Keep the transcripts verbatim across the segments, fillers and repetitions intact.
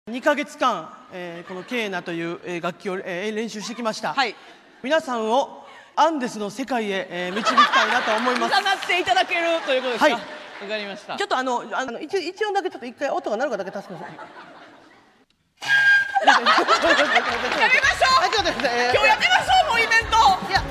にかげつかん、えー、このケーナという、えー、楽器を、えー、練習してきました、 はい、 皆さんをアンデスの世界へ、えー、導きたいなと思います。 伺っていただけるということですか。 はい、 わかりました。 ちょっとあのあの 一, 一音だけちょっと一回音が鳴るかだけ助けます。 やめましょう。今日やってましょう、もうイベント。いや、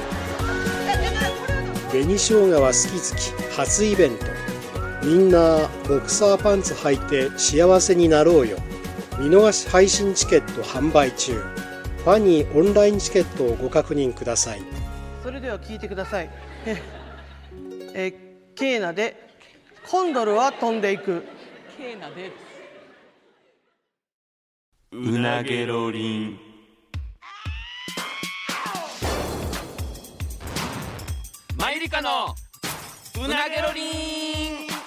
紅生姜は好き好き初イベント。みんなボクサーパンツ履いて幸せになろうよ。見逃し配信チケット販売中。ファニーオンラインチケットをご確認ください。 それでは聞いてください。ええケーナでコンドルは飛んでいく。 ケーナでうなげろりん。マユリカのうなげろりん。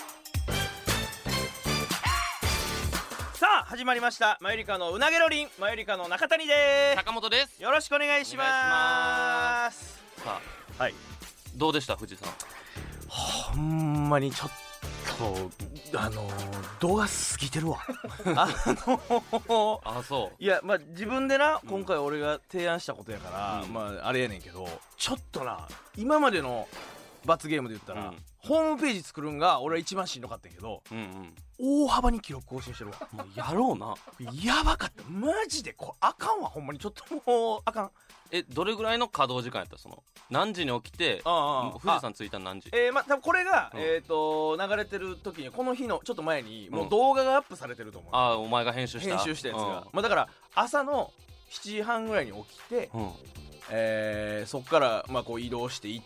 さあ始まりましたマユリカのうなげろりん。マユリカの中谷です。 坂本です。 よろしくお願いします。 さあ、 はい、どどうでした藤井さん。 ほんまにちょっとあの動画過ぎてるわあのあ、そういや、まあ自分でな、今回俺が提案したことやから、 うん、 まああれやねんけど、ちょっとな今までの罰ゲームで言ったら、うん、ホームページ作るんが俺は一番しんどかったんやけど、うんうん、大幅に記録更新してるわ。 もうやろうな。 やばかった、マジでこれあかんわ、ほんまにちょっともうあかん。 え、どれぐらいの稼働時間やった？その何時に起きて、ああ、富士山着いたの何時？ えー、まあ多分これが、うん、えーと流れてる時にこの日のちょっと前にもう動画がアップされてると思う、 うん、ああ、お前が編集した編集したやつが、うん、まあだから朝のしちじはんぐらいに起きて、うん、えー、そっからまあこう移動していって、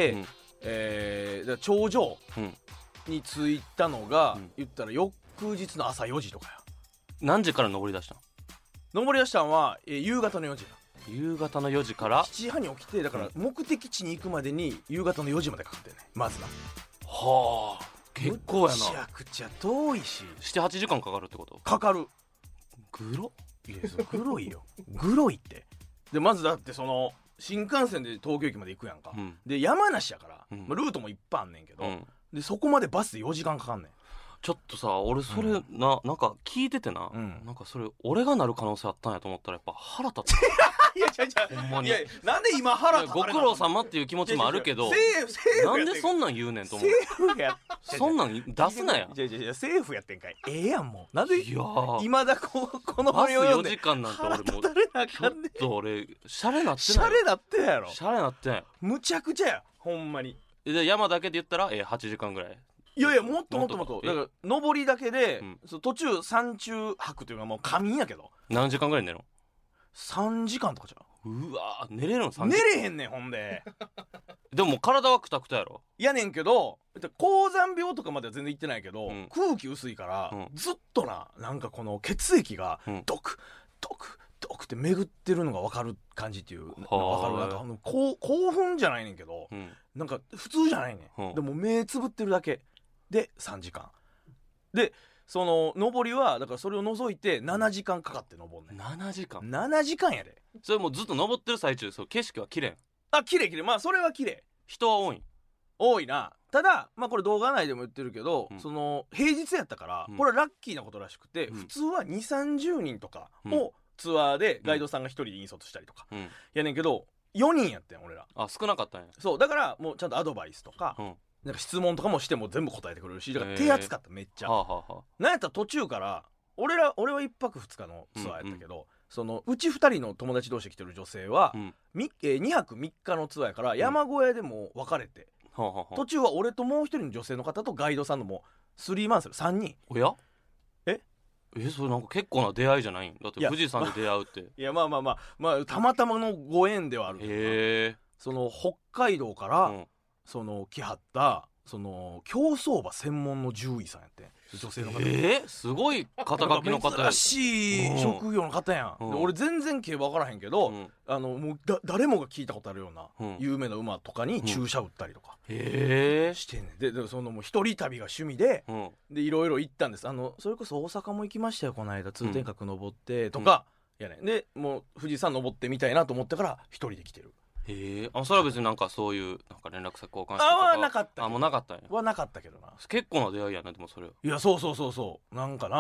うん、えー、だから頂上に着いたのが、うん、言ったら翌日の朝よじとかや。 何時から登り出したの？ 登り出したのは、えー、夕方のよじ。 夕方のよじからしちじはんに起きて、だから目的地に行くまでに夕方のよじまでかかってるね、まずな。 はあ、結構やな。 めちゃくちゃ遠いし、 ななはちじかんかかるってこと？ かかる。 グロいや、グロいよグロいって。でまずだってその新幹線で東京駅まで行くやんか、うん、で山梨やから、うん、まあ、ルートもいっぱいあんねんけど、うん、でそこまでバスでよじかんかかんねん。 ちょっとさ、俺それ、うん、な, なんか聞いててな、うん、なんかそれ俺がなる可能性あったんやと思ったらやっぱ腹立ったいや違う違う、ほんまに。いやなんで今腹立たれなの？ ご苦労様っていう気持ちもあるけど、なんでそんなん言うねんと思う。 政府やそんなん出すなや。 いやいやいや、政府やってんかい。ええやん、もうなんでいや今だここのバスよじかんなんて俺もうちょっと俺シャレなってない。 シャレなってやろ。 シャレなってない。 むちゃくちゃや、ほんまに。 で山だけで言ったら、えー、はちじかんぐらい。 いやいや、もっともっともっと。だから上りだけで、うん、そ途中山中泊というかもう仮眠やけど。 何時間ぐらい寝るの？ さんじかんとかじゃん。うわ寝れるの？さんじかん寝れへんねん、ほんででも体はクタクタやろ。 やねんけど、高山病とかまでは全然行ってないけど、うん、空気薄いから、うん、ずっとな、なんかこの血液がドクドクドクって巡ってるのが分かる感じっていう、分かる。なんかあの興奮じゃないねんけど、うん、なんか普通じゃないねん、うん、でも目つぶってるだけでさんじかんで、その上りはだからそれを除いてななじかんかかって登んねん。 ななじかんななじかんやで。 それもうずっと登ってる最中、そう景色は綺麗。 あ、綺麗綺麗。まあそれは綺麗。 人は多い多いな。ただまあこれ動画内でも言ってるけど、うん、その平日やったから、うん、これはラッキーなことらしくて、うん、普通はにじゅうさんじゅうにんとかをツアーでガイドさんがひとりで引率したりとか、うん、やねんけどよにんやってん俺ら。 あ、少なかったんや。 そうだからもうちゃんとアドバイスとか、うん、なんか質問とかもしても全部答えてくれるし、だから手厚かった、めっちゃ、はあはあ、なんやったら途中から俺ら俺はいっぱくふつかのツアーやったけど、うんうん、そのうちふたりの友達同士来てる女性は、うん、えー、にはくみっかのツアーやから山小屋でも別れて、うん、途中は俺ともう一人の女性の方とガイドさんのもスリーマンスルさんにん。 おやええ、それなんか結構な出会いじゃないんだって。富士山で出会うっていやまあまあまあまあたまたまのご縁ではあるけどな。へえ。その北海道から、うん、その来はったその競走馬専門の獣医さんやって、女性の方。 えー、すごい肩書きの方や。 珍しい職業の方やん、うん、で俺全然競馬分からへんけど、うん、あのもうだ誰もが聞いたことあるような、うん、有名な馬とかに注射打ったりとか、 うん、へえしてんねん。ででそのもう一人旅が趣味で、うん、でいろいろ行ったんです。あのそれこそ大阪も行きましたよこの間、通天閣登ってとか、うん、やねん。でもう富士山登ってみたいなと思ってから一人で来てる。 へえ。あ、それは別になんかそういうなんか連絡先交換したとかはなかった。 あ、もうなかったんや。 はなかったけどな。 結構な出会いやな。でもそれいやそうそうそうそう、なんかな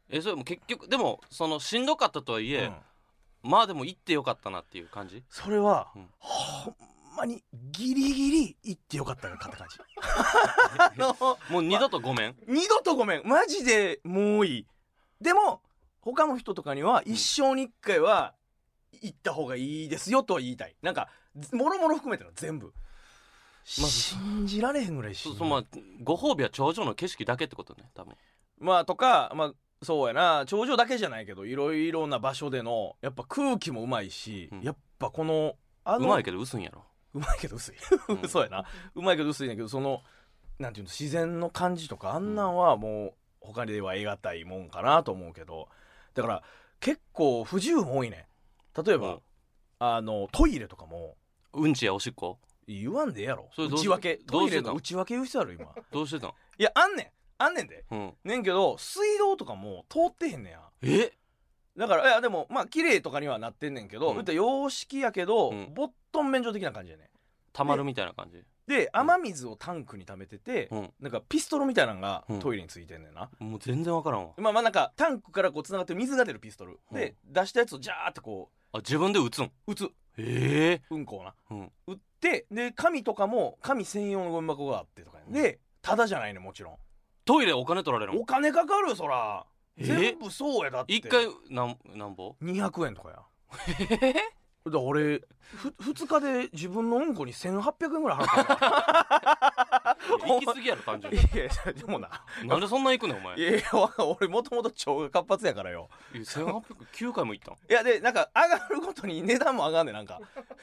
えそれも結局でもそのしんどかったとはいえ、うん、まあでも行ってよかったなっていう感じ。 それは、うん、ほんまにギリギリ行ってよかったかって感じあのもう二度とごめん、 ま、二度とごめんマジでもういい。でも他の人とかには一生に一回は行った方がいいですよとは言いたい。なんかもろもろ含めての全部、まあ、信じられへんぐらいしんどい。 そうそう、まあご褒美は頂上の景色だけってことね多分。 まあとかまあそうやな、頂上だけじゃないけどいろいろな場所でのやっぱ空気もうまいし、うん、やっぱこのあのうまいけど薄いんやろ。 うまいけど薄い、うん、そうやな、うまいけど薄いんやけど、そのなんていうの自然の感じとかあんなんはもう他では得難いもんかなと思うけど、だから結構不自由も多いね。例えば、うん、あのトイレとかもうんちやおしっこ言わんでええやろ。内訳トイレの内訳言う必要ある今どうしてたん。 いやあんねんあんねんで、うん、ねんけど水道とかも通ってへんねや。 えだからいやでもまあ綺麗とかにはなってんねんけど、うん、洋式やけど、うん、ボットン便所的な感じやね。 たまるみたいな感じで雨水をタンクに溜めてて、うん、なんかピストルみたいなのがトイレについてんねんな、 うん、もう全然わからんわ。 まあまあなんかタンクからこうつながってる水が出るピストル、うん、で出したやつをジャーってこうあ自分で打つん打つええー、うんこをな、うん、打ってで紙とかも紙専用のゴミ箱があってとか、ね、でタダじゃないねもちろん。 トイレお金取られるの。 お金かかるよそら、えー、全部そうやだって。 一回なんなんぼにひゃくえんとかや。えー、だ俺ふふつかで自分のうんこにせんはっぴゃくえんぐらい払った行き過ぎやろ単純に。 いやでもななんでそんな行くねんお前。 いやいや俺もともと腸が活発やからよ。 せんはっぴゃくきゅうかいも行ったん。いやでなんか上がるごとに値段も上がんねんなんか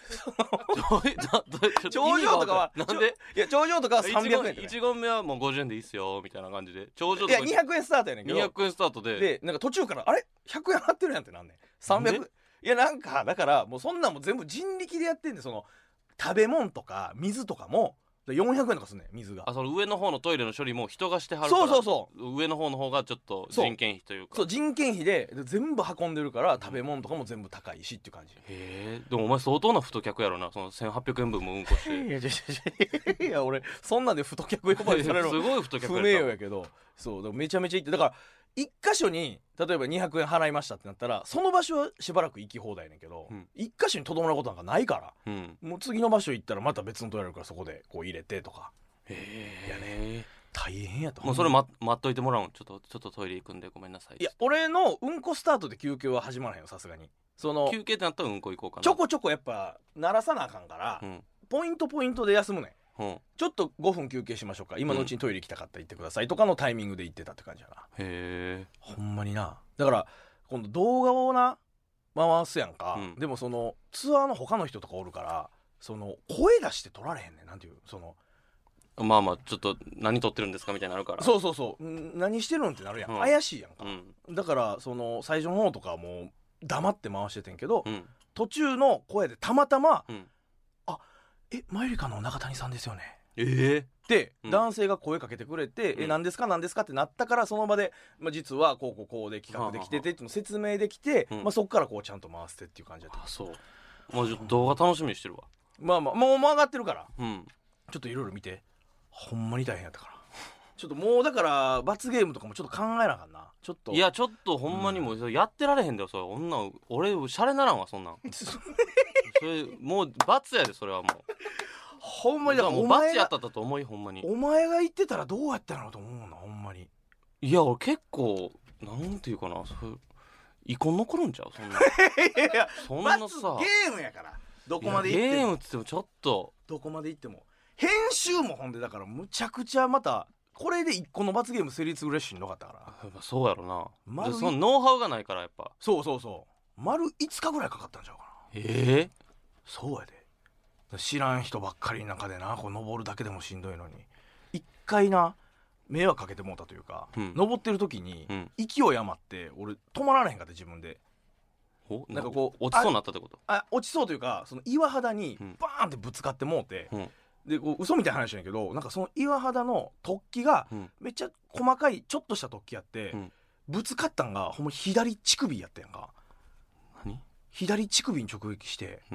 頂上とかはなんでいや頂上とかはさんびゃくえん、ね、 いちごんめはもうごじゅうえんでいいっすよみたいな感じで頂上とかいやにひゃくえんスタートやねんけどにひゃくえんスタートででなんか途中からあれひゃくえん払ってるやんってなんねんさんびゃく。いやなんかだからもうそんなんも全部人力でやってんで、その食べ物とか水とかもよんひゃくえんとかすんねん水が。 あその上の方のトイレの処理も人がしてはるから。 そうそうそう上の方の方がちょっと人件費というか。 そう人件費で全部運んでるから食べ物とかも全部高いしっていう感じ。へえでもお前相当な太客やろな、そのせんはっぴゃくえんぶんもうんこして。 いやいやいや俺そんなんで太客呼ばれたらすごい太客不名誉やけど、そうめちゃめちゃ行って、だから一箇所に例えばにひゃくえん払いましたってなったらその場所はしばらく行き放題やねんけど、うん、一箇所にとどまることなんかないから、うん、もう次の場所行ったらまた別のトイレあるからそこでこう入れてとか。へえ。いやね大変やと。 もうそれ、ま、待っといてもらうん。ちょっとちょっとトイレ行くんでごめんなさい。 いや俺のうんこスタートで休憩は始まらへんよさすがに。その休憩ってなったらうんこ行こうかな。 ちょこちょこやっぱ鳴らさなあかんから、うん、ポイントポイントで休むねん、うん、ちょっとごふん休憩しましょうか今のうちにトイレ行きたかったら行ってくださいとかのタイミングで行ってたって感じやな。へえ。ほんまにな。だから今度動画をな回すやんか、うん、でもそのツアーの他の人とかおるからその声出して撮られへんねん。なんていうそのまあまあちょっと何撮ってるんですかみたいになるから。 そうそうそう何してるんってなるやん、うん、怪しいやんか、うん、だからその最初の方とかはもう黙って回しててんけど、うん、途中の声でたまたま、うん、あえマユリカの中谷さんですよねえー、で、うん、男性が声かけてくれて、うん、え何ですか何ですかってなったからその場で、まあ、実はこうこうこうで企画できててっていうの説明できて、うんまあ、そっからこうちゃんと回してっていう感じだった。 あそうもう動画楽しみにしてるわ。 まあまあもう上がってるから、うん、ちょっといろいろ見てほんまに大変やったからちょっともうだから罰ゲームとかもちょっと考えなあかんな。ちょっといやちょっとほんまにもうやってられへんだよそれ。女俺シャレならんわそんなんそれもう罰やでそれはもうほんまにだからもう罰やったと思いほんまにお前が言ってたらどうやったのと思うなほんまに。 いや俺結構なんていうかなそれ遺恨残るんちゃうそんな。いやいやそんなさゲームやからどこまで行ってもゲームっつってもちょっとどこまで行っても編集もほんでだからむちゃくちゃまたこれで一個の罰ゲーム成立ぐらいしんどかったから。 そうやろな。そのノウハウがないからやっぱそうそうそう丸いつかぐらいかかったんちゃうかな。 ええー、 そうやで知らん人ばっかりの中でなこう登るだけでもしんどいのに一回な迷惑かけてもうたというか、うん、登ってる時に、うん、勢い余って俺止まられへんかって自分でなんかこう落ちそうになったってこと。 あ落ちそうというかその岩肌にバーンってぶつかってもうて、うんでこう嘘みたいな話やけどなんかその岩肌の突起がめっちゃ細かいちょっとした突起やって、うん、ぶつかったんがほんま左乳首やったやんか。 何？ 左乳首に直撃して、うん、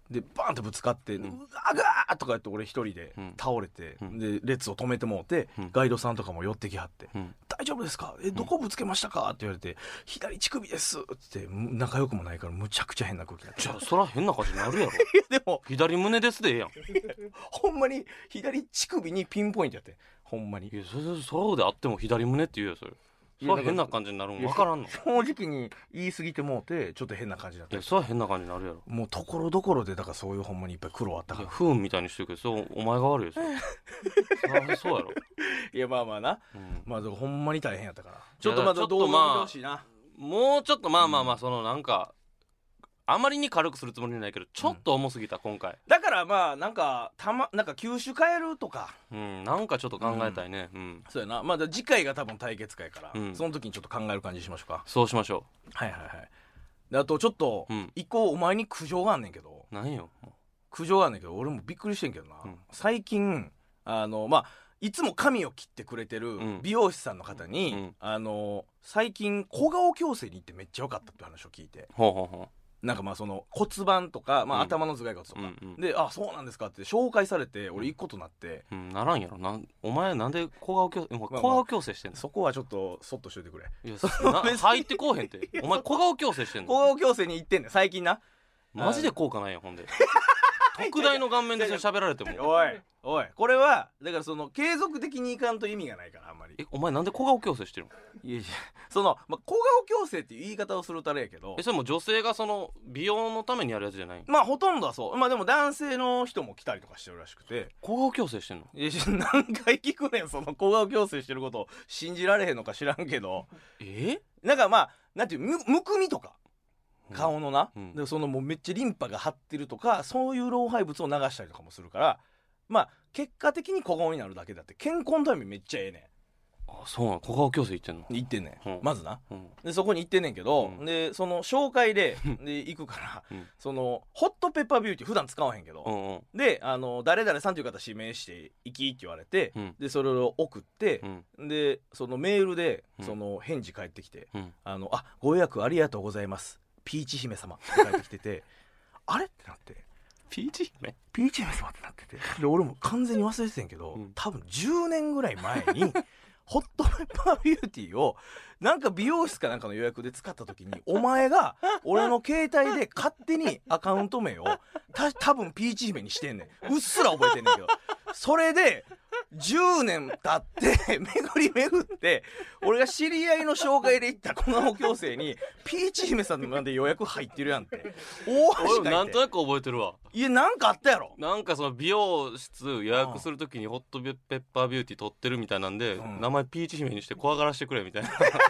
でバーンってぶつかって、うん、うわがーとかやって俺一人で倒れて、うん、で列を止めてもうて、うん、ガイドさんとかも寄ってきはって、うん、大丈夫ですか、えどこぶつけましたかって言われて、左乳首ですって仲良くもないからむちゃくちゃ変な空気になって、 じゃあそら変な感じになるやろ。いやでも左胸ですでええやん。 ほんまに左乳首にピンポイントやって、ほんまに。 いやそれそうであっても左胸って言うよそれ。それは変な感じになるん分からんの。 正直に言い過ぎてもうてちょっと変な感じになって。 いやそれは変な感じになるやろ。 もうところどころでだからそういうほんまにいっぱい苦労あったから。 不運みたいにしてるけどそうお前が悪いよそれ。そうやろ。 いやまあまあな、うん、まあほんまに大変やったから。ちょっとまだどう見てほしいな。 もうちょっとまあまあまあそのなんか。あまりに軽くするつもりないけどちょっと重すぎた、うん、今回だからまあなんかたまなんか球種変えるとか、 うん、なんかちょっと考えたいね、うんうん、 そうやな。まあ次回が多分対決会から、うん、その時にちょっと考える感じしましょうか。 そうしましょう。はいはいはい。であとちょっと、うん、一個お前に苦情があんねんけど。 何よ。 苦情があんねんけど俺もびっくりしてんけどな、うん、最近あのまあいつも髪を切ってくれてる美容師さんの方に、うん、あの最近小顔矯正に行ってめっちゃ良かったって話を聞いて、 ほうほうほう。 なんかまあその骨盤とか、まあ、頭の頭蓋骨とか、うんうん、であそうなんですかって紹介されて俺行くことになって、 うん、ならんやろな。お前なんで小顔矯正、まあまあ、小顔矯正してんの。 そこはちょっとそっとしといてくれ。 いや入ってこうへんってお前小顔矯正してんの。 小顔矯正に行ってんねん最近な。 マジで効果ないよほんで。特大の顔面でそれ喋られてもおいおいこれはだからその継続的にいかんと意味がないからあんまり。 えお前なんで小顔矯正してるの。 いやいやその、まあ、小顔矯正っていう言い方をするとあれやけど、 えそれも女性がその美容のためにやるやつじゃない。 まあほとんどはそう。まあでも男性の人も来たりとかしてるらしくて。 小顔矯正してんの。 いや何回聞くねんその小顔矯正してることを信じられへんのか知らんけど。 えなんかまあなんていう む, むくみとか顔のな、うん、でそのもうめっちゃリンパが張ってるとかそういう老廃物を流したりとかもするからまあ結果的に小顔になるだけだって健康のためにめっちゃええねん。 あそうなの。小顔矯正行ってんの。 行ってんねん、うん、まずな、 うん、 でそこに行ってんねんけど、うん、でその紹介でで行くから、うん、そのホットペッパービューティー普段使わへんけど、うんうん、であの誰々さんという方指名して行きって言われて、うん、でそれを送って、うん、でそのメールでその返事返ってきて、うん、あのあご予約ありがとうございますピーチ姫様って返ってきててあれってなってピーチ姫ピーチ姫様ってなっててで俺も完全に忘れててんけど、うん、多分じゅうねんぐらい前にホットペッパービューティーをなんか美容室かなんかの予約で使った時にお前が俺の携帯で勝手にアカウント名をた多分ピーチ姫にしてんねん。うっすら覚えてんねんけどそれでじゅうねん経って巡り巡って俺が知り合いの紹介で行った小顔矯正にピーチ姫さんまで予約入ってるやんって大橋書いてなんとなく覚えてるわ。 いやなんかあったやろ。 なんかその美容室予約するときにホットペッパービューティー取ってるみたいなんで、うん、名前ピーチ姫にして怖がらしてくれみたいな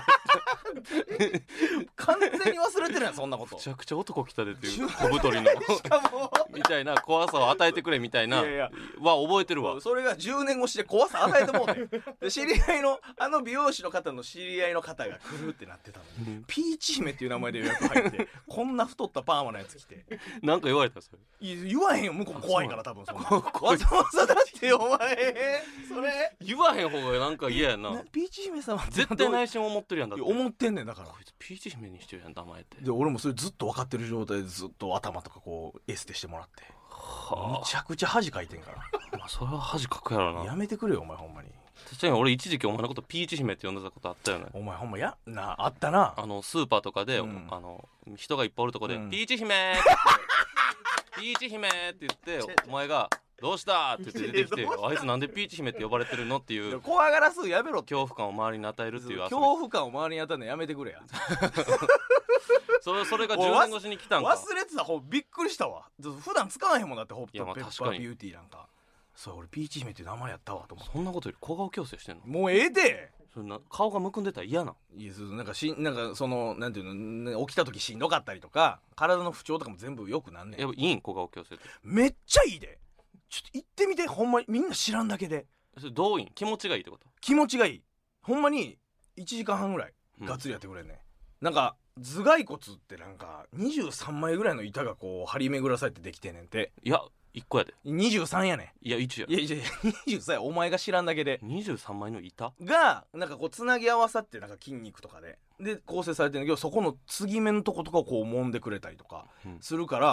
完全に忘れてるやんそんなこと。 めちゃくちゃ男来たでっていう小太りのみたいな怖さを与えてくれみたいないやいやは覚えてるわ。 それがじゅうねん越しで怖さ与えてもうてで知り合いのあの美容師の方の知り合いの方が来るってなってたのに、うん、ピーチ姫っていう名前で予約入ってこんな太ったパーマのやつ来てなんか言われたそれ。 いや言わへんよ向こう怖いから多分そんなわざわざだってお前それ言わへん方がなんか嫌やな。 ピーチ姫様って絶対内心思ってるやんだって。 思ってんねんだからこいつピーチ姫にしてるやん名前ってで俺もそれずっと分かってる状態でずっと頭とかこうエステしてもらってむちゃくちゃ恥かいてんからまあそれは恥かくやろな。 やめてくれよお前ほんまに。 確かに俺一時期お前のことピーチ姫って呼んでたことあったよね。 お前ほんまやなあったな。 あのスーパーとかで、うん、あの人がいっぱいおるとこで、うん、ピーチ姫ピーチ姫って言ってお前がどうしたって言って出てきてあいつなんでピーチ姫って呼ばれてるのっていう怖がらすやめろ。 恐怖感を周りに与えるっていう恐怖感を周りに与えるのやめてくれやそれそれがじゅうねん越しに来たんか。 忘れてた。ほびっくりしたわ。普段使わへんもんだってホットペッパービューティーなんか。そう俺ピーチ姫って名前やったわと思って。 そんなことより小顔矯正してんの。 もうええでそんな顔がむくんでたら嫌な。 いやなんかしなんかそのなんていうの起きた時しんどかったりとか体の不調とかも全部よくなんねん。 やっぱいいん小顔矯正って。 めっちゃいいで。ちょっと行ってみてほんまにみんな知らんだけで。 それどういいん気持ちがいいってこと。 気持ちがいいほんまにいちじかんはんぐらいがっつりやってくれんね、うん、なんか頭蓋骨ってなんかにじゅうさんまいぐらいの板がこう張り巡らされてできてんねんて。 いやいっこやで。 にじゅうさんやねん。いやいちや。 いやいやいやにじゅうさんやお前が知らんだけで。 にじゅうさんまいの板がなんかこうつなぎ合わさってなんか筋肉とかでで構成されてるんだけどそこの継ぎ目のとことかをこう揉んでくれたりとかするから、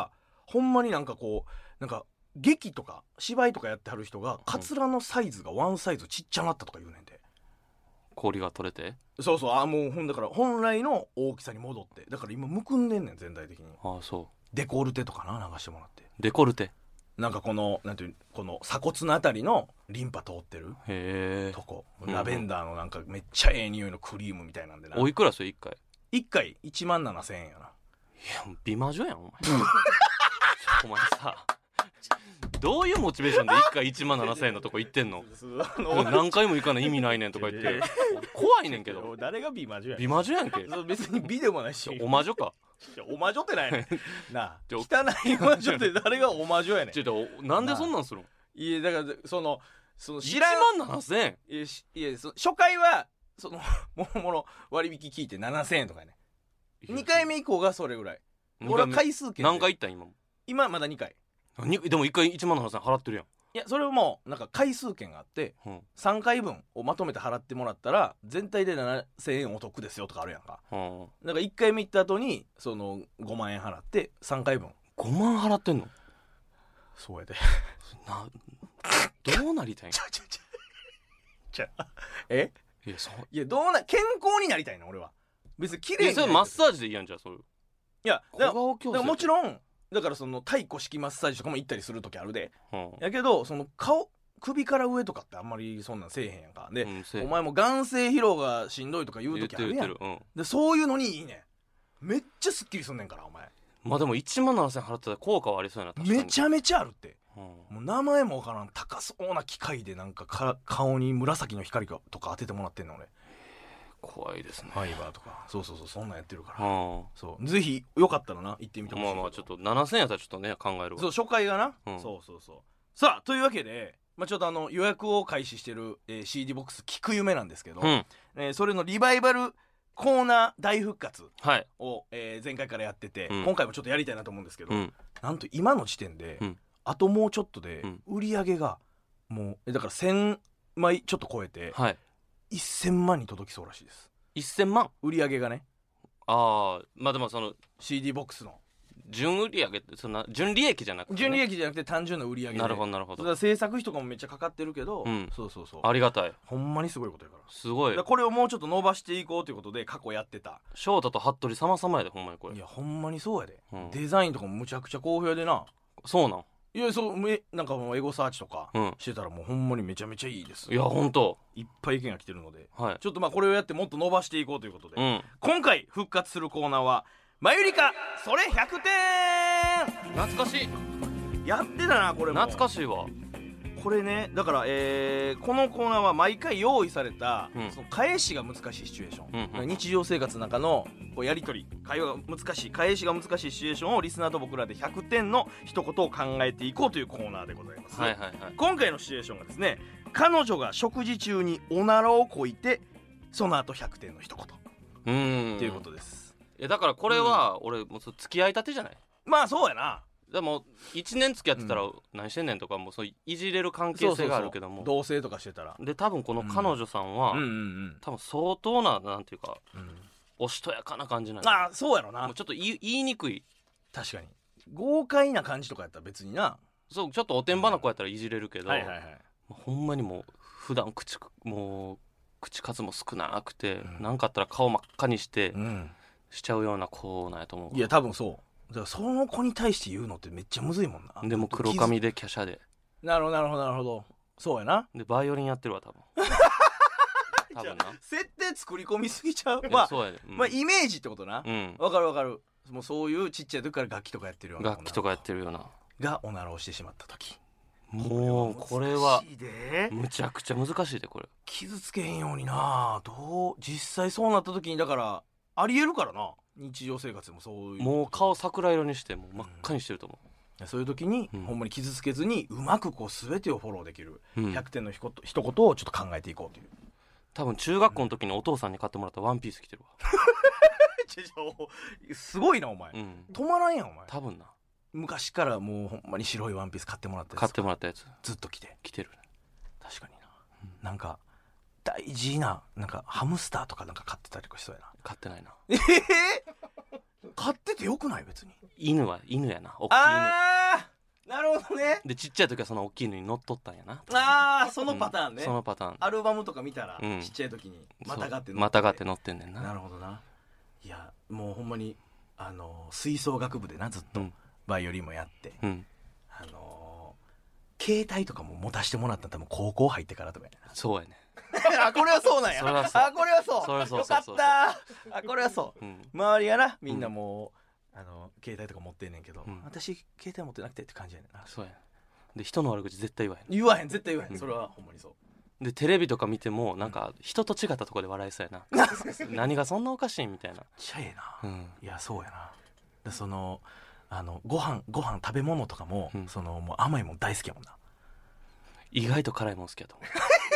ほんまになんかこうなんか劇とか芝居とかやってはる人がカツラのサイズがワンサイズちっちゃなったとか言うねんで、 氷が取れて。 そうそう、あもうほんだから本来の大きさに戻って、だから今むくんでんねん全体的に。 ああそう。 デコルテとかな流してもらって、 デコルテ。 なんかこのなんていうこの鎖骨のあたりのリンパ通ってるへえとこ、 うんラベンダーのなんかめっちゃええ匂いのクリームみたいなんでな。 おいくらそれいっかい。 いっかいいちまんななせんえんやな。 いや美魔女やんお前お前さどういうモチベーションでいっかいいちまんななせんえんのとこ行ってんの。もう何回も行かない意味ないねんとか言って怖いねんけど。 誰が美魔女やねん。 美魔女やんけ。 別に美でもないしお魔女か。 お魔女ってないねんなあちょ汚い魔女って誰がお魔女やねん。 ちょっとなんでそんなんするの。 いやだからそのそのいち知らんまんななせんえん。 いやしいやそ初回はそのもろもろ割引聞いてななせんえんとかやねにかいめ以降がそれぐらい。俺は回数券で何回行ったん今も。 今まだにかい。 にでもいっかいいちまんななせんえん払ってるやん。 いやそれはもうなんか回数券があって、 うん、 さんかいぶんをまとめて払ってもらったら全体でななせんえんお得ですよとかあるやんか、うん、だからいっかいめ行った後にそのごまんえん払ってさんかいぶん。 ごまん払ってんの。 そうやでなどうなりたいん。 ちゃちゃちゃちゃえいやそういやどうな健康になりたいの俺は。別に綺麗にいやそれマッサージでいいやん。じゃあそれいやだから小顔矯正だからもちろんだからその太鼓式マッサージとかも行ったりする時あるで、 うん、 やけどその顔首から上とかってあんまりそんなんせえへんやんかで、うん、お前も眼性疲労がしんどいとか言う時あるやん、うん、でそういうのにいいねん。めっちゃスッキリすんねんからお前。 まあでもいちまんななせんえん払ってたら効果はありそうやな。確かにめちゃめちゃあるって、うん、もう名前もわからん高そうな機械でなんかか顔に紫の光とか当ててもらってんの俺。 怖いですね。 ファイバーとかそうそうそうそんなんやってるから、 うん、 そうぜひよかったらな行ってみてほしい。 まあまあちょっとななせんえんやったらちょっとね考えるわ。 そう初回がな、うん、そうそうそう。さあというわけで、まあ、ちょっとあの予約を開始してる、えー、シーディー ボックス聞く夢なんですけど、うんえー、それのリバイバルコーナー大復活を、はいえー、前回からやってて、うん、今回もちょっとやりたいなと思うんですけど、うん、なんと今の時点で、うん、あともうちょっとで売り上げがもうだからせんまいちょっと超えて、はい、せんまんに届きそうらしいです。 せんまん売り上げがね。 ああまあでもそのシーディー ボックスの純売り上げってそんな純利益じゃなくて、ね、 純利益じゃなくて単純な売り上げで。 なるほどなるほど。 だから制作費とかもめっちゃかかってるけど、うん、そうそうそうありがたい。 ほんまにすごいことやから。 すごい。 だこれをもうちょっと伸ばしていこうということで過去やってた翔太と服部様様やでほんまにこれ。 いやほんまにそうやで、うん、デザインとかもむちゃくちゃ好評でな。 そうなん。 いやそうえなんかもうエゴサーチとかしてたらもうほんまにめちゃめちゃいいです、 うん、いやほんといっぱい意見が来てるので、 はい、 ちょっとまあこれをやってもっと伸ばしていこうということで、 うん、 今回復活するコーナーはマユリカそれひゃくてん。 懐かしい。 やってたなこれも。 懐かしいわこれね。だから、えー、このコーナーは毎回用意された、うん、その返しが難しいシチュエーション、うんうん、日常生活の中のこうやり取り会話が難しい返しが難しいシチュエーションをリスナーと僕らでひゃくてんの一言を考えていこうというコーナーでございます、 はいはいはい、 今回のシチュエーションがですね、彼女が食事中におならをこいてその後ひゃくてんの一言っていうことです。 いやだからこれは俺もう付き合いたてじゃない。 まあそうやな。 でもいちねん付き合ってたら何してんねんとかもそういじれる関係性があるけども、 同棲とかしてたらで多分この彼女さんは、 うんうんうんうん、 多分相当ななんていうか、うん、おしとやかな感じなんああそうやろな。 もうちょっと言い、言いにくい。 確かに豪快な感じとかやったら別にな。 そうちょっとおてんばな子やったらいじれるけど、 はいはいはい、 ほんまにもう普段口もう口数も少なくて、うん、なんかあったら顔真っ赤にして、うん、しちゃうような子なんやと思う。 いや多分そうだからその子に対して言うのってめっちゃむずいもんな。 でも黒髪で華奢で。 なるほどなるほどなるほど。そうやな。 でバイオリンやってるわ多分多分な。 設定作り込みすぎちゃう。まあ、 そうやね、うん、 まあイメージってことな。うん、分かる分かる。もうそういうちっちゃい時から楽器とかやってるような。 楽器とかやってるようながおならをしてしまった時。 もうこれはむちゃくちゃ難しいでこれ。 傷つけへんようにな。どう実際そうなった時にだからありえるからな。日常生活でもそういう。 もう顔桜色にしてもう真っ赤にしてると思う、 うん、そういう時に、うん、ほんまに傷つけずにうまくこう全てをフォローできるひゃくてんのひと言をちょっと考えていこうという。 多分中学校の時にお父さんに買ってもらったワンピース着てるわすごいなお前、うん、止まらんやんお前。 多分な昔からもうほんまに白いワンピース買ってもらったやつ。 買ってもらったやつずっと着て着てる。 確かにな、うん、なんか大事ななんかハムスターとかなんか買ってたりとかしそうやな。 買ってないな。 ええー、買っててよくない別に。 犬は犬やな、大きい犬。 あーなるほどね。 でちっちゃい時はその大きい犬に乗っとったんやな。 ああそのパターンね、 うん、そのパターン。 アルバムとか見たら、 うん、 ちっちゃい時にまたがってまたがって乗ってんねんな。 なるほどな。いやもうほんまにあの吹奏楽部でなずっとバイオリンもやって、うん、あのー、携帯とかも持たせてもらったの多分高校入ってからとかやな。 そうやねあこれはそうなんや。 それはそう。 あこれはそう。 それはそうよかった。あこれはそう、うん、周りがなみんなもう、うん、あの携帯とか持ってんねんけど、うん、私携帯持ってなくてって感じやねんな。 そうやで人の悪口絶対言わへん。 言わへん絶対言わへん、うん、それはほんまにそう。 でテレビとか見てもなんか人と違ったところで笑いそうやな何がそんなおかしいみたいな。 ちゃええな、うん、いやそうやな。でそのあのご飯ご飯食べ物とかも、うん、そのもう甘いもん大好きやもんな。 意外と辛いもん好きやと思う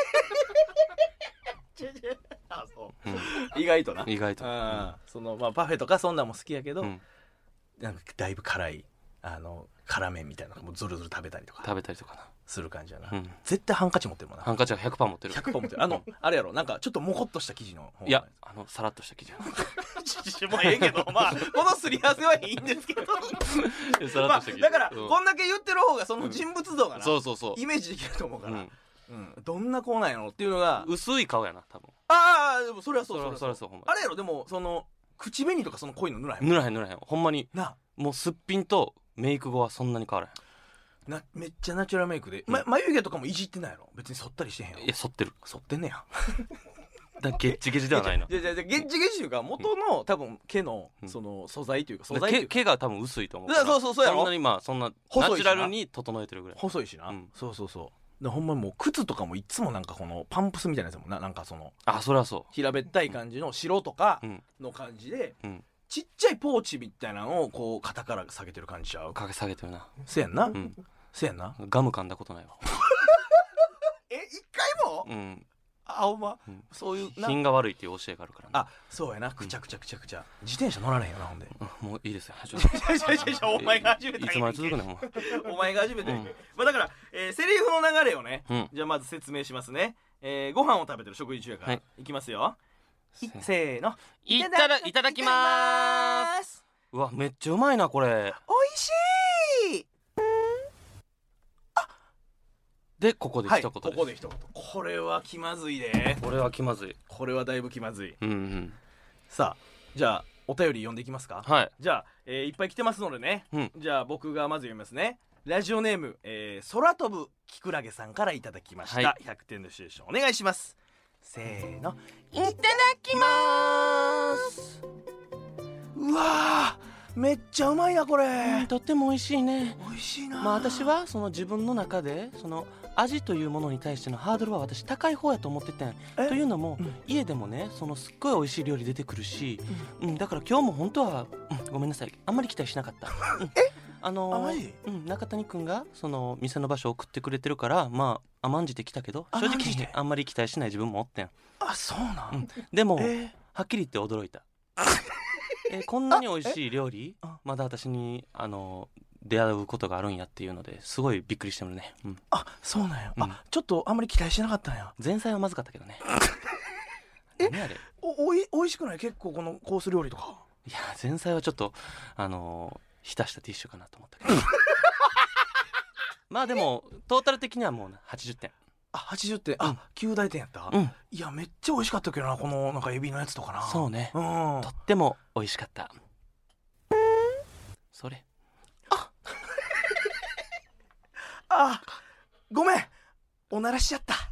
あそう、うん、意外とな意外と、うん、 そのまあパフェとかそんなんも好きやけど、うん、なんかだいぶ辛いあの辛麺みたいなのもずるずる食べたりとか食べたりとかなする感じやな、うん、絶対ハンカチ持ってるもんな。 ハンカチは ひゃくパーセント 持ってる。 ひゃくパーセント 持ってる。あのあれやろなんかちょっとモコっとした生地のいやあのさらっとした生地もうええけどまあこのすり合わせはいいんですけどまあ、だから、うん、こんだけ言ってる方がその人物像がな、うん、 そうそうそうイメージできると思うから、うんうん、どんな子なんやろっていうのが薄い顔やな多分。 ああでもそれはそうそれはそうそれはそう。 あれやろでもその口紅とかその濃いの塗らへん塗らへん塗らへんほんまにな。もうすっぴんとメイク後はそんなに変わらへんな。めっちゃナチュラルメイクで、うんま、眉毛とかもいじってないやろ別に剃ったりしてへんやろ。 いや剃ってる剃ってんねやだゲッチゲチではないの。 いやいやいやゲッチゲチというか元の多分毛のその素材というか素材というか毛が多分薄いと思うから。 そうそうそうやろ。 そんなにまあそんなナチュラルに整えてるぐらい細いしな、うん、そうそうそうでほんまにもう靴とかもいつもなんかこのパンプスみたいなやつもななんかそのあそれはそう平べったい感じの白とかの感じで、うん、ちっちゃいポーチみたいなのをこう肩から下げてる感じちゃう。 かけ下げてるな。 せやんな、うん、せやんな。 ガム噛んだことないわえ一回も。うんあおま、うん、そういう品が悪いっていう教えがあるからね。 あそうやなくちゃくちゃくちゃくちゃ、うん、自転車乗られへんよなほんで、 うん、もういいですよお前が始めたいつまで続くねんお前が始めて、うん、まあだから、えー、セリフの流れをね、うん、じゃあまず説明しますね、えー、ご飯を食べてる食事中やから、はい、いきますよせーのいただいただきまーす。うわめっちゃうまいなこれ。 おいしい。 でここで一言です、はい、 ここで一言。これは気まずいで。 これは気まずい。 これはだいぶ気まずい、 うんうん、 さあじゃあお便り読んでいきますか。 はいじゃあ、えー、いっぱい来てますのでね、うん、じゃあ僕がまず読みますね。ラジオネーム、えー、空飛ぶキクラゲさんからいただきました、はい、ひゃくてんのシチュエーションお願いします。せーのいただきまーす。うわーめっちゃうまいなこれ、 うん、とっても美味しいね。 美味しいな。 まあ私はその自分の中でその味というものに対してのハードルは私高い方やと思っててん。というのも、うん、家でもねそのすっごい美味しい料理出てくるし、うんうん、だから今日も本当は、うん、ごめんなさいあんまり期待しなかった、うん、えあのーうん、中谷くんがその店の場所を送ってくれてるからまあ甘んじてきたけど正直あんまり期待しない自分もおってん。 あそうなん、うん、 でも、えー、はっきり言って驚いたえこんなに美味しい料理まだ私にあの出会うことがあるんやっていうのですごいびっくりしてるね、うん、 あそうなんや、うん、あちょっとあんまり期待してなかったんや。 前菜はまずかったけどねえ何あれ お, おいおいしくない結構このコース料理とか。 いや前菜はちょっとあの浸したティッシュかなと思ったけどまあでもトータル的にはもうはちじゅってん。 あはちじゅってん、あ、うん、きゅう大点やった、うん、いやめっちゃ美味しかったけどなこのなんかエビのやつとかな。 そうね、うん、とっても美味しかった。それああごめんおならしちゃった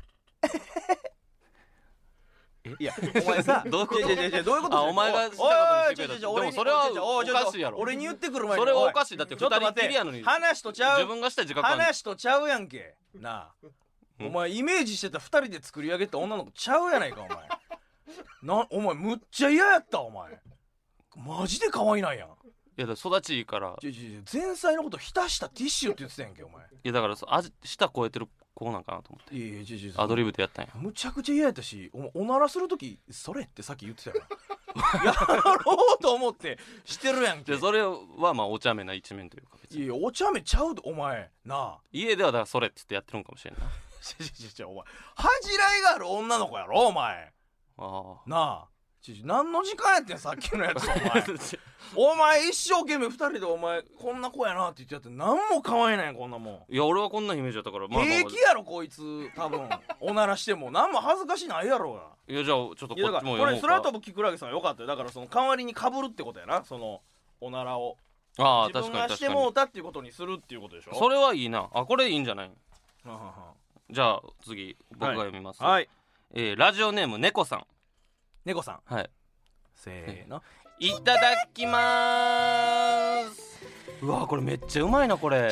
えいやお前さどういうこと？ いやいやいやどういうこと？ あお前がしたことにしてくれた。でもそれはおかしいやろ。 俺に言ってくる前にそれはおかしい。だってふたりきりやのに話とちゃう。 自分がした自覚ある。 話とちゃうやんけなあお前イメージしてたふたりで作り上げた女の子ちゃうやないかお前なお前むっちゃ嫌やったお前マジで可愛いなんやん。 いやだから育ちいいから前菜のこと浸したティッシュって言ってたやんけお前。いやだから味舌超えてる子なんかなと思って。いやいやいやアドリブでやったんや。 むちゃくちゃ嫌やったし お, おならするときそれってさっき言ってたよやろうと思ってしてるやんけ。 でそれはまあお茶目な一面というか別に。 いやお茶目ちゃうお前なあ。 家ではだからそれって言ってやってるんかもしれんなお前恥じらいがある女の子やろお前。 あなあちち何の時間やってんさっきのやつお前お前一生懸命ふたりでお前こんな子やなって言ってやって何も可愛いないこんなもん。 いや俺はこんなイメージだったから、まあまあまあ、 平気やろこいつ多分おならしても何も恥ずかしないやろうが。 いやじゃあちょっとこっちも読もうか。 これ空飛ぶキクラゲさんよかったよ。だからその代わりに被るってことやな、そのおならをああ自分が確かに確かにしてもうたっていうことにするっていうことでしょ。 それはいいなあ。これいいんじゃない。 はははじゃあ次僕が読みます、 はい、 えー、ラジオネーム猫さん。 猫さん、 はい、 せーの、 いただきまーす。うわこれめっちゃうまいなこれ。 歯に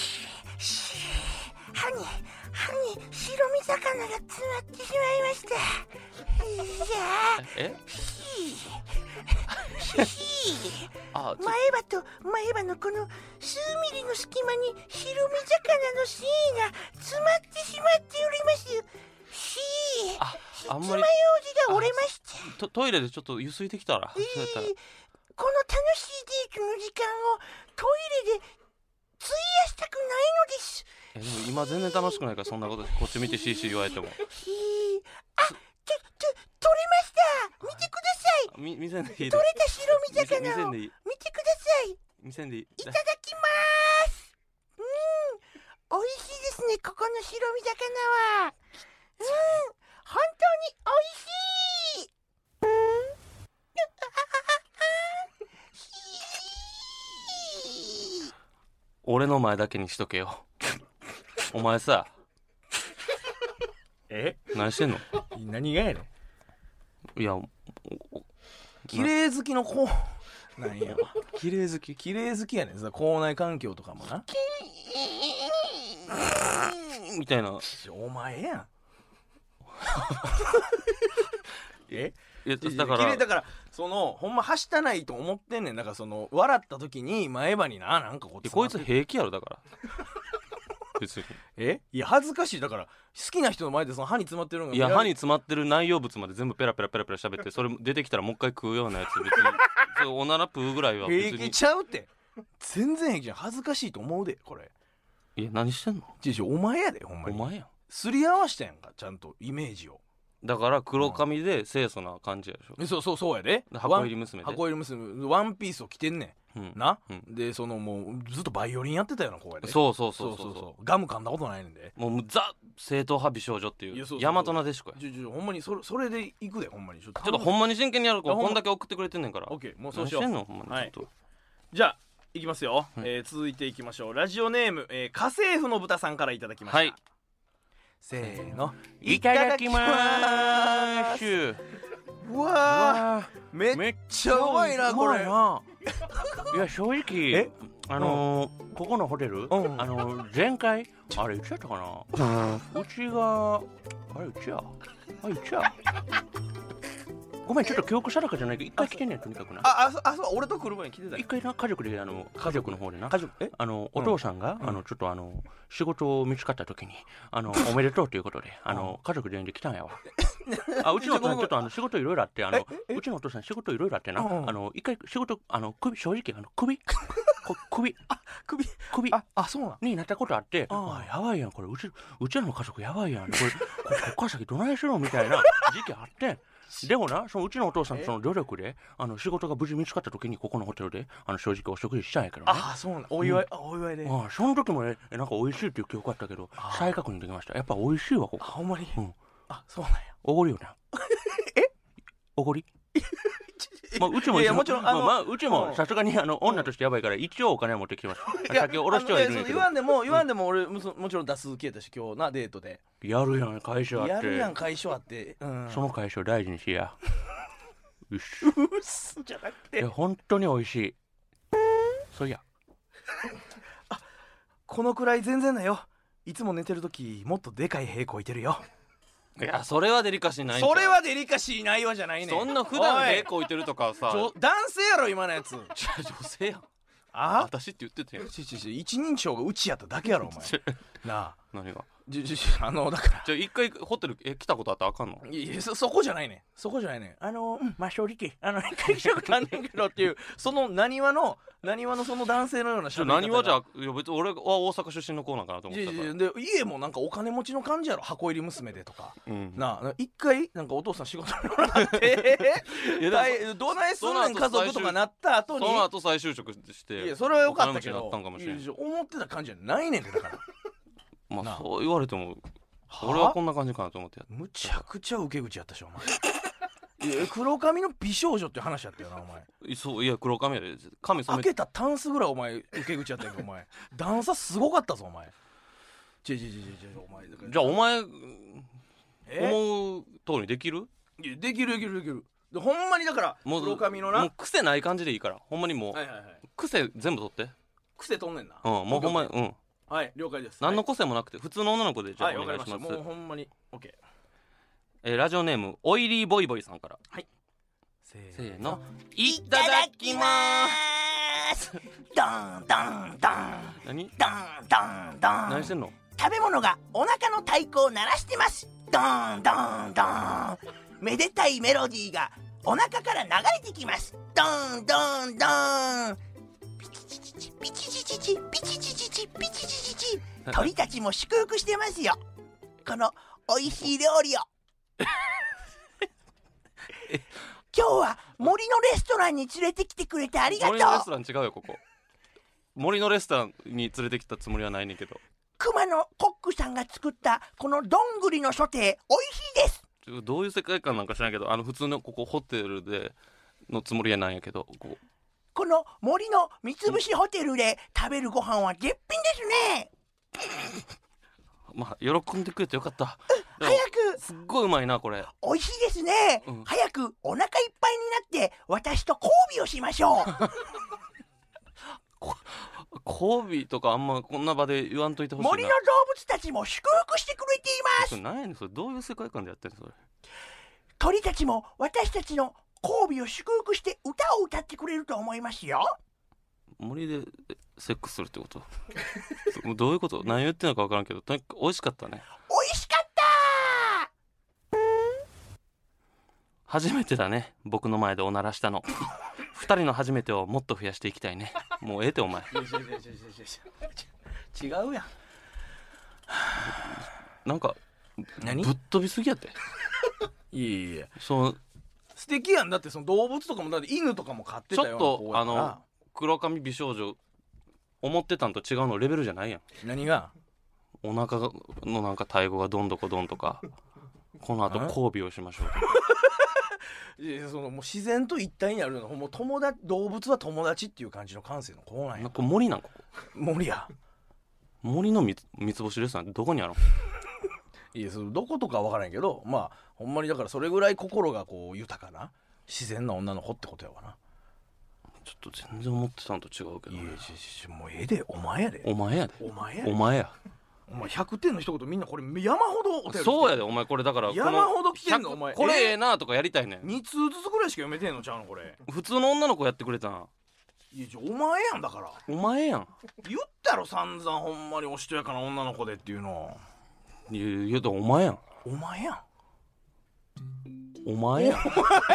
歯に白身魚が詰まってしまいました。 えあ前歯と前歯のこの数ミリの隙間に白身魚の繊維が詰まってしまっております。 ああんまり爪楊枝が折れました。 ト, トイレでちょっとゆすいてきたら、 えー、 そうやったらこの楽しいデートの時間をトイレで費やしたくないのです。 えでも今全然楽しくないからそんなことこっち見てシーシー言われても。 あ、ちょ、ちょ、取れました。見てください。 み見せんでいい。 取れた白身魚を見せんでいい。 見てください。 見せんでいい。 いただきまーす。うん、美味しいですね、ここの白身魚は。うん、本当に美味しい。 俺の前だけにしとけよ。お前さえ何してんの。 何がやねん。 いや綺麗好きの子なんや綺麗好き綺麗好きやねん。口内環境とかもなみたいな。 お前やんえいやだから綺麗だからそのほんまはしたないと思ってんねん。だからその笑った時に前歯にななんかこうこいつ平気やろだから別に。 えいや恥ずかしい。だから好きな人の前でその歯に詰まってるのがいや歯に詰まってる内容物まで全部ペラペラペラペラ喋ってそれ出てきたらもう一回食うようなやつ別にそれおならプーぐらいは別に平気ちゃうって全然平気じゃん。恥ずかしいと思うでこれ。 いや何してんの。 ちいちお前やでほんまに。 お前やん。 すり合わしたやんかちゃんとイメージを。 だから黒髪で清楚な感じやでしょ。 えそうそうそうやで。 箱入り娘で箱入り娘ワンピースを着てんねん、うん、な、 うん、 でそのもうずっとバイオリンやってたような子やで。 そうそうそうそうそうガム噛んだことないねんで。 もうザ正統派美少女っていう大和なでしこや。 ちょちょほんまにそれそれで行くでほんまに。ちょっとちょっとほんまに真剣にやる子こんだけ送ってくれてんねんから。 オッケーもうそうしよう。 何してんのほんまにちょっと、はい、 じゃあいきますよ、はい、えー、続いていきましょう。ラジオネーム、えー、家政婦の豚さんからいただきました。はい、せーのいただきまーす。 うわーめっちゃうまいなこれ。いや正直あのーうん、ここのホテル、うん、あのー、前回あれいつやったかな、うん、うちがあれいつやあれいつやごめんちょっと記憶定かじゃないけど一回来てんねんとにかくな。 あああそう俺と車に来てた。 一回な家族であの家族の方でな家族えあのお父さんが、うん、あのちょっとあの仕事を見つかった時にあのおめでとうということであの家族全員で来たんやわ。あうちのお父さんちょっとあの仕事いろいろあってあのうちのお父さん仕事いろいろあってなあの一回仕事あの首正直あの首首あ首首ああそうなんになったことあってあやばいやんこれうちうちらの家族やばいやんこれこっから先どないしろみたいな時期あってでもなそのうちのお父さんその努力であの仕事が無事見つかった時にここのホテルであの正直お食事したんやけどね。 ああそうなんお祝い、うん、お祝いで。 ああその時もねなんか美味しいっていう記憶あったけど再確認できました。やっぱ美味しいわここ。 あほんまに、 うん、 あそうなんや。 おごりよなえおごりまあ、うちもいやもちろんあの、 まあまあ、うちもさすがにあの女としてやばいから一応お金は持ってきてます。先下ろしてはいるんやけど言わんでも言わんでも俺ももちろん出す消えたし今日なデートでやるやん会社あってやるやん会社あって、うん、 その会社を大事にしやうっすうっすじゃなくていや本当に美味しいそういやあこのくらい全然だよ。いつも寝てる時もっとでかい屁こいてるよ。 いやそれはデリカシーないんか。 それはデリカシーないわじゃないねん。 そんな普段屁こいてるとかさ男性やろ今のやつ。 女性やん。 あ私って言ってたよ。 ちちち一人称がうちやっただけやろお前なあ何がじじじあのだからじゃあ一回ホテルえ来たことあったらあかんの？ いや そ, そこじゃないねんそこじゃないねんあのうんまあ正直あの一回来たことあんねんけどっていうその何話の何話のその男性のようなじゃあ何はじゃあいや別に俺は大阪出身の子なんかなと思ってたから。 いやいやで家もなんかお金持ちの感じやろ箱入り娘でとか、 うん、 なあ一回なんかお父さん仕事にもらっていやどないすんねん家族とかなった後にその後再就職していやそれは良かったけどお金持ちになったんかもしれん。 いや思ってた感じじゃないねんでだからまあそう言われても俺はこんな感じかなと思ってやった。 むちゃくちゃ受け口やったしお前いや黒髪の美少女っていう話やったよなお前。 そういや黒髪やで髪染め開けたタンスぐらいお前受け口やったけどお前段差すごかったぞお前。ちょちょちょちょお前じゃあお前思う通りできる？ いやできるできるできるでほんまにだから黒髪のなもう癖ない感じでいいからほんまにもう、はいはいはい、癖全部取って癖取んねんな。 うんもうほんまにうんはい了解です。 何の個性もなくて普通の女の子でじゃあお願いします。 はい、もうほんまに OK。 えー、ラジオネームオイリーボイボイさんから。 はいせーのいただきまーす。 ドンドンドン何ドンドンドン何してんの？ 食べ物がお腹の太鼓を鳴らしてます。ドンドンドンめでたいメロディーがお腹から流れてきます。ドンドンドンピチチチチピチチチチピチチチチピチチチチ鳥たちも祝福してますよこの美味しい料理を今日は森のレストランに連れてきてくれてありがとう。 森のレストラン違うよここ。森のレストランに連れてきたつもりはないねんけど熊のコックさんが作ったこのどんぐりのソテー美味しいです。 どういう世界観なんか知らんけどあの普通のここホテルでのつもりやないんやけど こ, この森の三つ星ホテルで食べるご飯は絶品ですね。 まあ喜んでくれてよかった。 早くすっごいうまいなこれ。 美味しいですね、うん、早くお腹いっぱいになって私と交尾をしましょう交尾とかあんまこんな場で言わんといてほしいな。 森の動物たちも祝福してくれています。 それ何やねんそれどういう世界観でやってんのそれ。 鳥たちも私たちの交尾を祝福して歌を歌ってくれると思いますよ。 森でセックスするってことどういうこと？何言ってんのか分からんけどとにかく美味しかったね。 美味しかった。 初めてだね僕の前でおならしたの二人の初めてをもっと増やしていきたいね。もうええてお前違うやんなんか何ぶっ飛びすぎやっていやいやその素敵やん。だってその動物とかもだって犬とかも飼ってたようなちょっとあの黒髪美少女思ってたんと違うのレベルじゃないやん。 何がお腹のなんかタイ語がどんどこどんとかこの後交尾をしましょういやそのもう自然と一体になるのもう友達動物は友達っていう感じの感性のこうなんや。 なんか森なんか森や森の三つ星レストランどこにあるのいやそのどことかは分からんけどまあほんまにだからそれぐらい心がこう豊かな自然な女の子ってことやわな。 ちょっと全然思ってたのと違うけど、ね、 いやちもうええでお前やでお前やでお前やお前やお前ひゃくてんの一言みんなこれ山ほどお便りそうやでお前これだから山ほど来てんのお前これええなとかやりたいねん。 に通ずつぐらいしか読めてんのちゃうのこれ普通の女の子やってくれたん。 いやお前やんだからお前やん言ったろ散々ほんまにおしとやかな女の子でっていうの。 いやいやだお前やんお前やんお前やん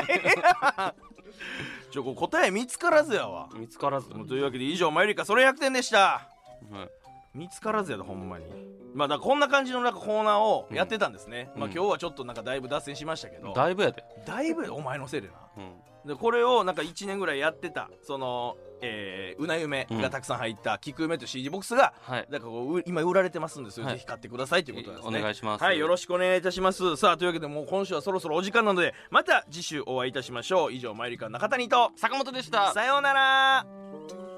ちょ答え見つからずやわ。 見つからずというわけで以上マユリカそれひゃくてんでした、はい、見つからずやだほんまに。まあだからこんな感じのなんかコーナーをやってたんですね、うん、まあ今日はちょっとなんかだいぶ脱線しましたけど、 だいぶやでだいぶお前のせいでな、うん、でこれをなんかいちねんぐらいやってたそのえー、うなゆめがたくさん入ったキク梅という シーディー ボックスが、はい、だからこう今売られてますんでそれぜひ買ってくださいということなんですね、 お願いします。 はいよろしくお願いいたします。さあというわけでもう今週はそろそろお時間なのでまた次週お会いいたしましょう。以上マユリカ中谷と坂本でした。 さようなら。